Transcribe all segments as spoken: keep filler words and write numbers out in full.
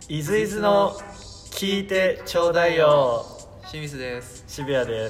イズイズの聞いてちょうだいよ。 清水です。 渋谷です。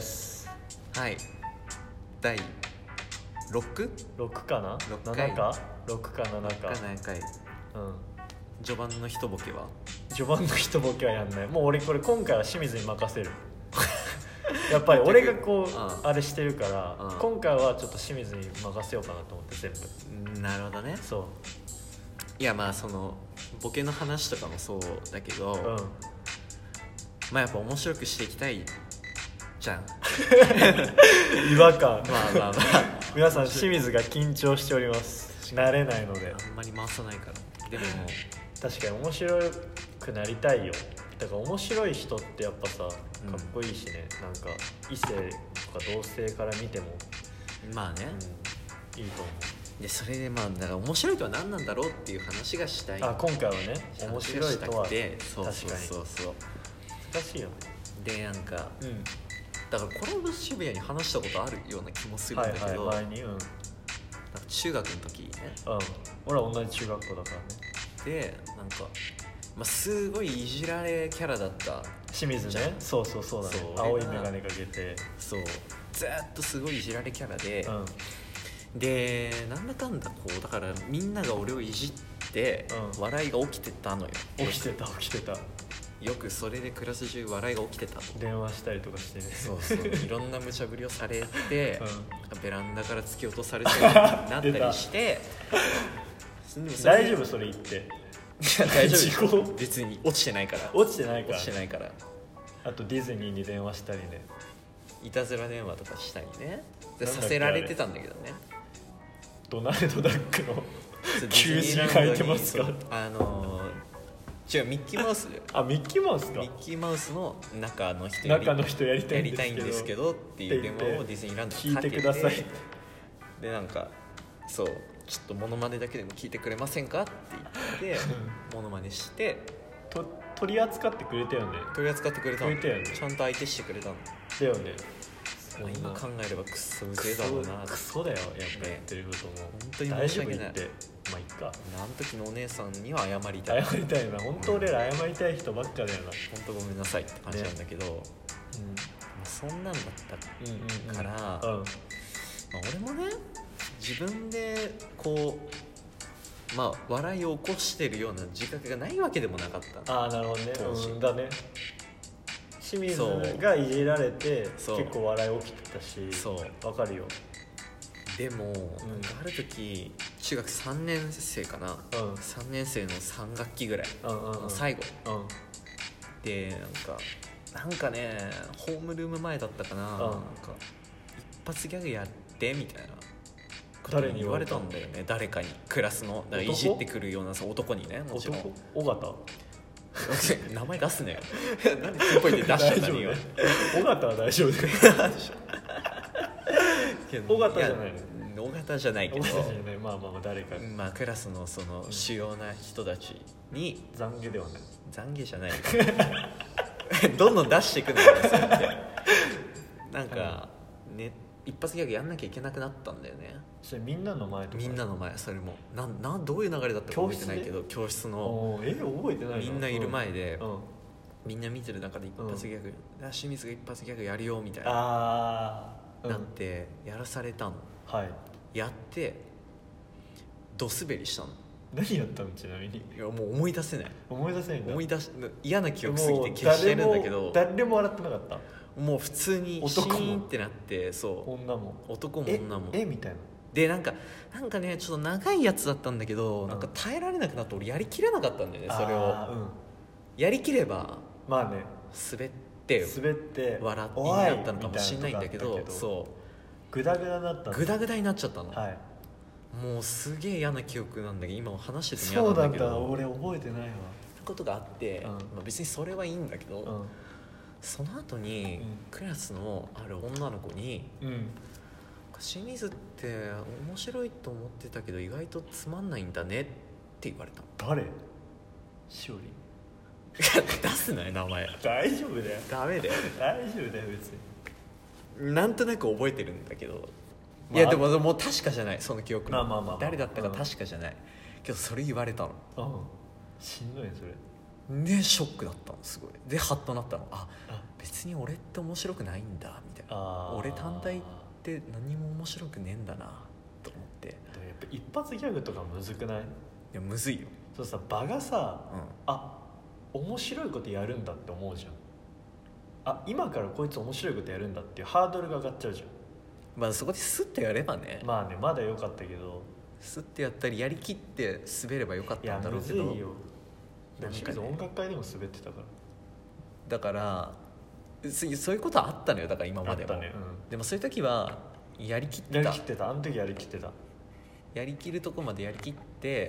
はい、だいろく? ろくかな、 ろっかいななかろくかななか、 ななかい。 うん、 序盤の一ボケは序盤の一ボケはやんない。もう俺これ今回は清水に任せるやっぱり俺がこう、 うん、 あれしてるから、 うん、 今回はちょっと清水に任せようかなと思って全部。 なるほどね。 そう、 いやまあそのボケの話とかもそうだけど、 うん、 まあやっぱ面白くしていきたいじゃん違和感まあまあまあ皆さん清水が緊張しております。慣れないのであんまり回さないから。でも確かに面白くなりたいよ。だから面白い人ってやっぱさかっこいいしね、うん、なんか異性とか同性から見てもまあね、 うん、いいと思う。 でそれでまあだから面白いとは何なんだろうっていう話がしたい。 あ、今回はね、面白いとはで、そうそうそうそう、 難しいよね。 でなんか、 うん、 だからこれも渋谷に話したことあるような気もするんだけど、 はいはい、前に、うん、なんか中学の時ね、 うん、俺は同じ中学校だからね。 でなんか、まあ、すごいいじられキャラだった清水ね。そうそうそうだね。青い眼鏡かけて、 そうずっとすごいいじられキャラで、 うん、 でなんだかんだこうだからみんなが俺をいじって、うん、笑いが起きてたのよ。 起きてた起きてた。 よくそれでクラス中笑いが起きてた。 電話したりとかしてね。 そうそういろんな無茶ぶりをされて、うん、ベランダから突き落とされそうになったりして大丈夫それ言って。 いや大丈夫別に落ちてないから落ちてないから落ちてないからあとディズニーに電話したりね、 いたずら電話とかしたりねさせられてたんだけどね。 ドナルドダックの休止書いてますか。 あのー、違うミッキーマウス。 あ、ミッキーマウスか。 ミッキーマウスの中の人中の人やりたいんですけ ど, んですけどっていう電話をディズニーランドにかけて、 聞いてください。 でなんかそうちょっとモノマネだけでも聞いてくれませんかって言ってモノマネしてと取り扱ってくれたよね。 取り扱ってくれたの。 くれたよね。 ちゃんと相手してくれたのだよね。 今考えればクソうぜえだろうな。 クソだよやっぱやってることも本当に申し訳ない。 大丈夫言ってまあいっか。 あの時のお姉さんには謝りたい。 謝りたいな。本当俺ら謝りたい人ばっかだよな。 本当ごめんなさいって感じなんだけど、ね、うん、そんなんだったから、うんうんうん、まあ、俺もね自分でこうまあ笑いを起こしてるような自覚がないわけでもなかった。 ああなるほどね。うんだね。清水がいじられて結構笑い起きてたし、そうわかるよ。 でも、うん、なんかある時中学さんねん生かな、うん、さんねん生のさん学期ぐらいの最後、うんうん、でなんかなんかねホームルーム前だったかな、うん、なんか一発ギャグやってみたいな誰に言われたんだよね。誰かにクラスのだからいじってくるような男にね。もちろん尾形名前出すねなんでピンポイントで出しちゃったのよ。 尾形は大丈夫だよ尾形じゃないの。尾形じゃないけど、 尾形じゃない、まあまあ誰か、 まあクラスのその主要な人たちに、 うん、懺悔ではない懺悔じゃないどんどん出していくのよなんか、ね、一発ギャグやんなきゃいけなくなったんだよね。 それみんなの前とか。 みんなの前。それもななどういう流れだったか覚えてないけど教室のえ覚えてないみんないる前で、 うんうん、 みんな見てる中で一発ギャグ、うん、清水が一発ギャグやるよみたいなあ、 うん、なってやらされたの、 はい、 やってドスベリしたの。 何やったのちなみに。 いやもう思い出せない。 思い出せないんだ。 思い出し嫌な記憶すぎて消してるんだけど誰も笑ってなかった。 もう普通にシーンってなって。そう女も男も女もええみたいなでなんかなんかねちょっと長いやつだったんだけど、うん、なんか耐えられなくなって俺やりきれなかったんだよね。それを、うん、やりきればまあね滑って滑って笑ってになったのかもしれないんだけど、 そうグダグダになったグダグダになっちゃったの、 はい、 もうすげえ嫌な記憶なんだけど今話してて嫌なんだけど。 そうなんだ。俺覚えてないわことがあって、うん、まあ、別にそれはいいんだけど、うん、その後に、うん、クラスのある女の子に、うん、清水って面白いと思ってたけど意外とつまんないんだねって言われた。 誰？しおり出すなよ名前。 大丈夫だよ。 ダメだよ。 大丈夫だよ別に。なんとなく覚えてるんだけど、まあ、いやでももう確かじゃないその記憶、 まあまあまあまあ、 誰だったか確かじゃない、うん、けどそれ言われたの。 うん、しんどいねそれ。 でショックだったのすごい。でハッとなったの、あ別に俺って面白くないんだみたいな、俺単体って何も面白くねえんだなと思って。でもやっぱ一発ギャグとかむずくない？いやむずいよ。 そうさ、場がさ、うん、あ面白いことやるんだって思うじゃん。あ今からこいつ面白いことやるんだっていうハードルが上がっちゃうじゃん。 まあそこでスッとやればね、 まあねまだ良かったけど、 スッてやったりやりきって滑ればよかったんだろうけど。いやむずいよ。 でも清水音楽会でも滑ってたから。 だからそういうことあったのよ。だから今までも、ねうん、でもそういう時はやりきったやりきってた。あの時やりきってた。 やりきるとこまでやりきって、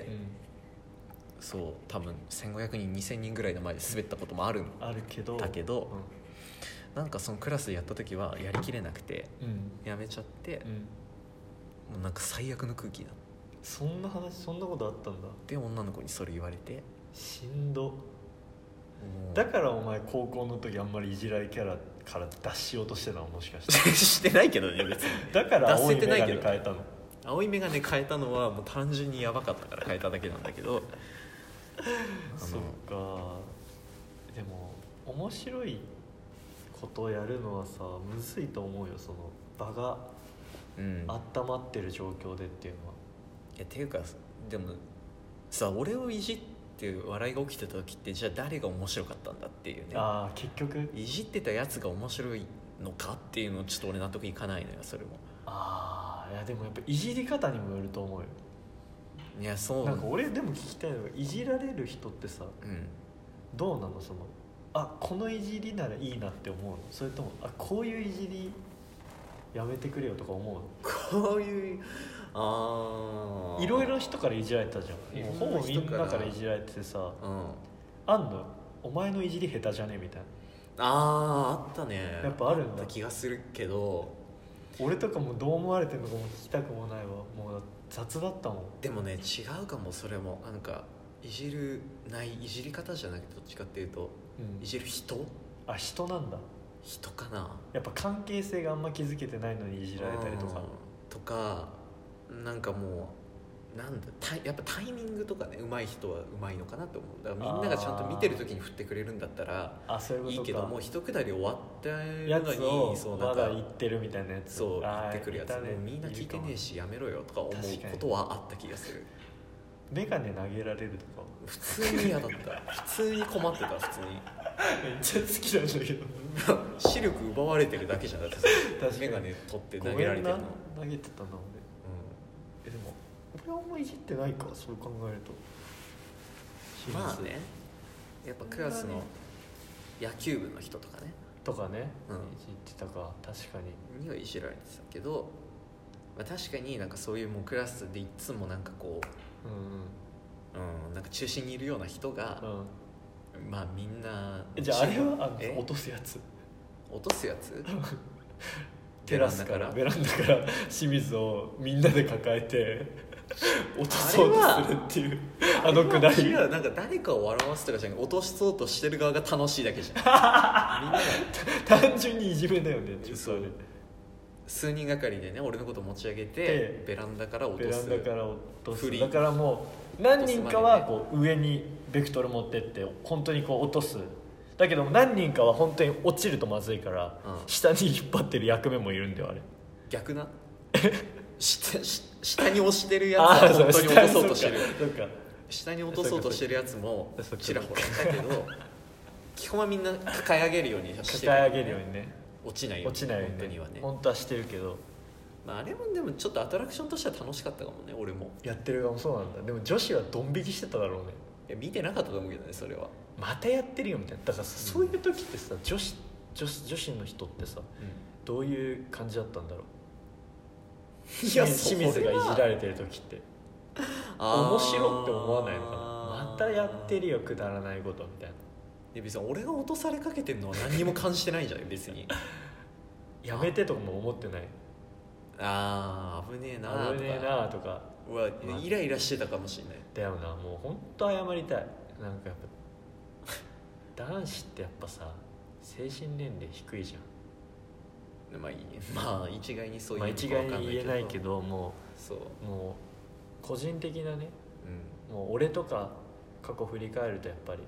うん、そう多分せんごひゃくにんにせんにんぐらいの前で滑ったこともあるんあるけどだけど、うん、なんかそのクラスでやった時はやりきれなくて、うん、やめちゃって、うん、もうなんか最悪の空気だ。 そんな話そんなことあったんだ。 で女の子にそれ言われてしんど。だからお前高校の時あんまりいじられキャラから脱しようとしてたの？もしかしてしてないけどね別に。 だから青いメガネ変えたの？ 青いメガネ変えたのはもう単純にヤバかったから変えただけなんだけどそっか。でも面白いことをやるのはさむずいと思うよ。その場が温まってる状況でっていうのは、 うん、いやていうかでもさ俺をいじって笑いが起きてた時ってじゃあ誰が面白かったんだっていうね。 ああ結局いじってたやつが面白いのかっていうのをちょっと俺納得いかないのよそれも。 ああいやでもやっぱいじり方にもよると思うよ。 いやそうなんか俺でも聞きたいのがいじられる人ってさ、うん、どうなの？そのあこのいじりならいいなって思うの？それともあこういういじりやめてくれよとか思うの？ こういうあいろいろ人からいじられたじゃん。もうほぼみんなからいじられててさ、うん、あんのお前のいじり下手じゃねみたいな。あああったね。 やっぱあるんだ。 あった気がするけど俺とかもどう思われてるのかも聞きたくもないわ。もう雑だったもん。 でもね違うかも。それもなんかいじるないいじり方じゃなくてどっちかっていうと、うん、いじる人あ人なんだ。 人かな。やっぱ関係性があんま築けてないのにいじられたりとかとかなんかもうなんだやっぱタイミングとかね上手い人は上手いのかなと思う。だからみんながちゃんと見てる時に振ってくれるんだったらいいけどもう一くだり終わったのにやつをまだ言ってるみたいなやつそう言ってくるやつもうみんな聞いてねえしやめろよとか思うことはあった気がする。 メガネ投げられるとか普通に嫌だった普通に困ってた。普通にめっちゃ好きなんだけど視力奪われてるだけじゃなくてメガネ取って投げられてるの投げてたな俺、うん、えでも俺はあんまいじってないかそう考えると。まあねやっぱクラスの野球部の人とかねとかね、 うん、いじってたか確かににはいじられてたけど、まあ、確かになんかそういうもうクラスでいつもなんかこううんうん、なんか中心にいるような人が、うん、まあみんなじゃああれはあの落とすやつ落とすやつテラスからベランダから清水をみんなで抱えて落とそうとするっていうあのくだり。 なんか誰かを笑わせとかじゃなくて落とそうとしてる側が楽しいだけじゃんみんなが単純にいじめだよね。 そう数人がかりでね俺のこと持ち上げてベランダから落とす。 ベランダから落とす。だからもう何人かはこう上にベクトル持ってって本当にこう落とす。だけど何人かは本当に落ちるとまずいから、うん、下に引っ張ってる役目もいるんだよあれ。 逆な下, 下に押してるやつは本当に落とそうとしてる。下に落とそうとしてるやつもちらほらだけど基本はみんな抱え上げるようにしてる、 ね、抱え上げるようにね落ちないように落ちないように、ね、本当にはね本当はしてるけど、 まあ、あれもでもちょっとアトラクションとしては楽しかったかもね。俺もやってる側もそうなんだ。でも女子はドン引きしてただろうね。 いや見てなかったと思うけどねそれは。 またやってるよみたいな。だからそういう時ってさ女子女子女子の人ってさ、うん、どういう感じだったんだろう。いや清水がいじられてる時って面白って思わないのかな。またやってるよくだらないことみたいな。 いや別に俺が落とされかけてるのは何にも感じてないじゃん別にやめてとかも思ってない。 あー危ねえな危ねえなとかうわイライラしてたかもしれない。 だよな。もう本当謝りたい。なんかやっぱ男子ってやっぱさ精神年齢低いじゃん。 まあいいまあ一概にそういうのか分かんないけど、まあ、一概に言えないけどもうそうもう個人的なね、うん、もう俺とか過去振り返るとやっぱり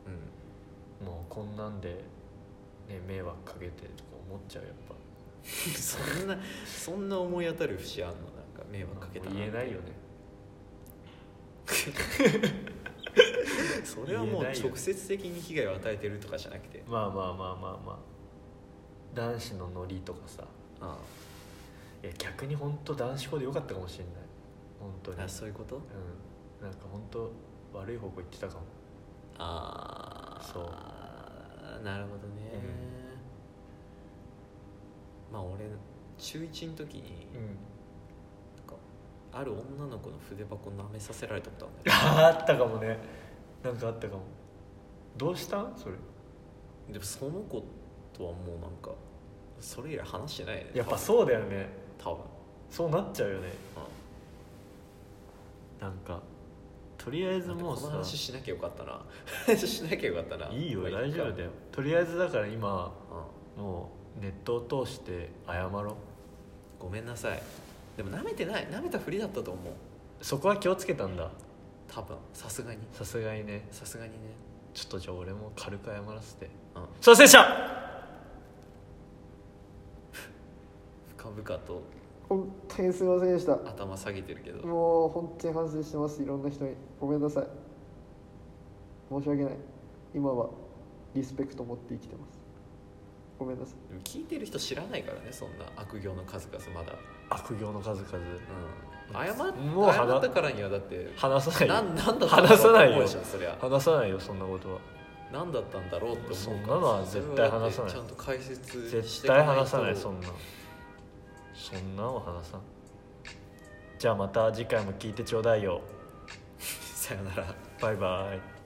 うん、 もうこんなんで、ね、迷惑かけてとか思っちゃうやっぱそんなそんな思い当たる節あんの？なんか迷惑かけたな言えないよねそれはもう直接的に被害を与えてるとかじゃなくて、 まあまあまあまあまあ男子のノリとかさ、 ああいや逆に本当男子校でよかったかもしれない本当に。 あ、そういうこと？ うん、なんか本当悪い方向行ってたかも。 ああ、 そうなるほどね、うん、まあ俺中いちの時に、うん、なんかある女の子の筆箱舐めさせられたことあるんだよあったかもね、なんかあったかも。どうしたんそれ？ でもその子とはもうなんかそれ以来話してないね。 やっぱそうだよね、 多分そうなっちゃうよね、うん、なんかとりあえずもうさ、 この話しなきゃよかったなしなきゃよかったな。 いいよ、大丈夫だよ。とりあえずだから今、うん、もうネットを通して謝ろう。 ごめんなさい。でも舐めてない、舐めたふりだったと思う。 そこは気をつけたんだ多分。さすがにさすがにねさすがにね。 ちょっとじゃあ俺も軽く謝らせて、 うん、 すいませんでした。 深々と本当にすみませんでした。 頭下げてるけど、 もう本当に反省してます。いろんな人にごめんなさい、申し訳ない。今はリスペクト持って生きてます。ごめんなさい。 でも聞いてる人知らないからね、そんな悪行の数々。まだ悪行の数々、うん、 謝っ、 もう謝ったからにはだって話さないよ。 ななんだった話さないよ。 そりゃ話さないよ、そんなことは。 何だったんだろうって思うから。 そんなのは絶対話さない。 ちゃんと解説して絶対話さない。そんなそんなの話さん。じゃあまた次回も聞いてちょうだいよ。 さよなら。 バイバイ。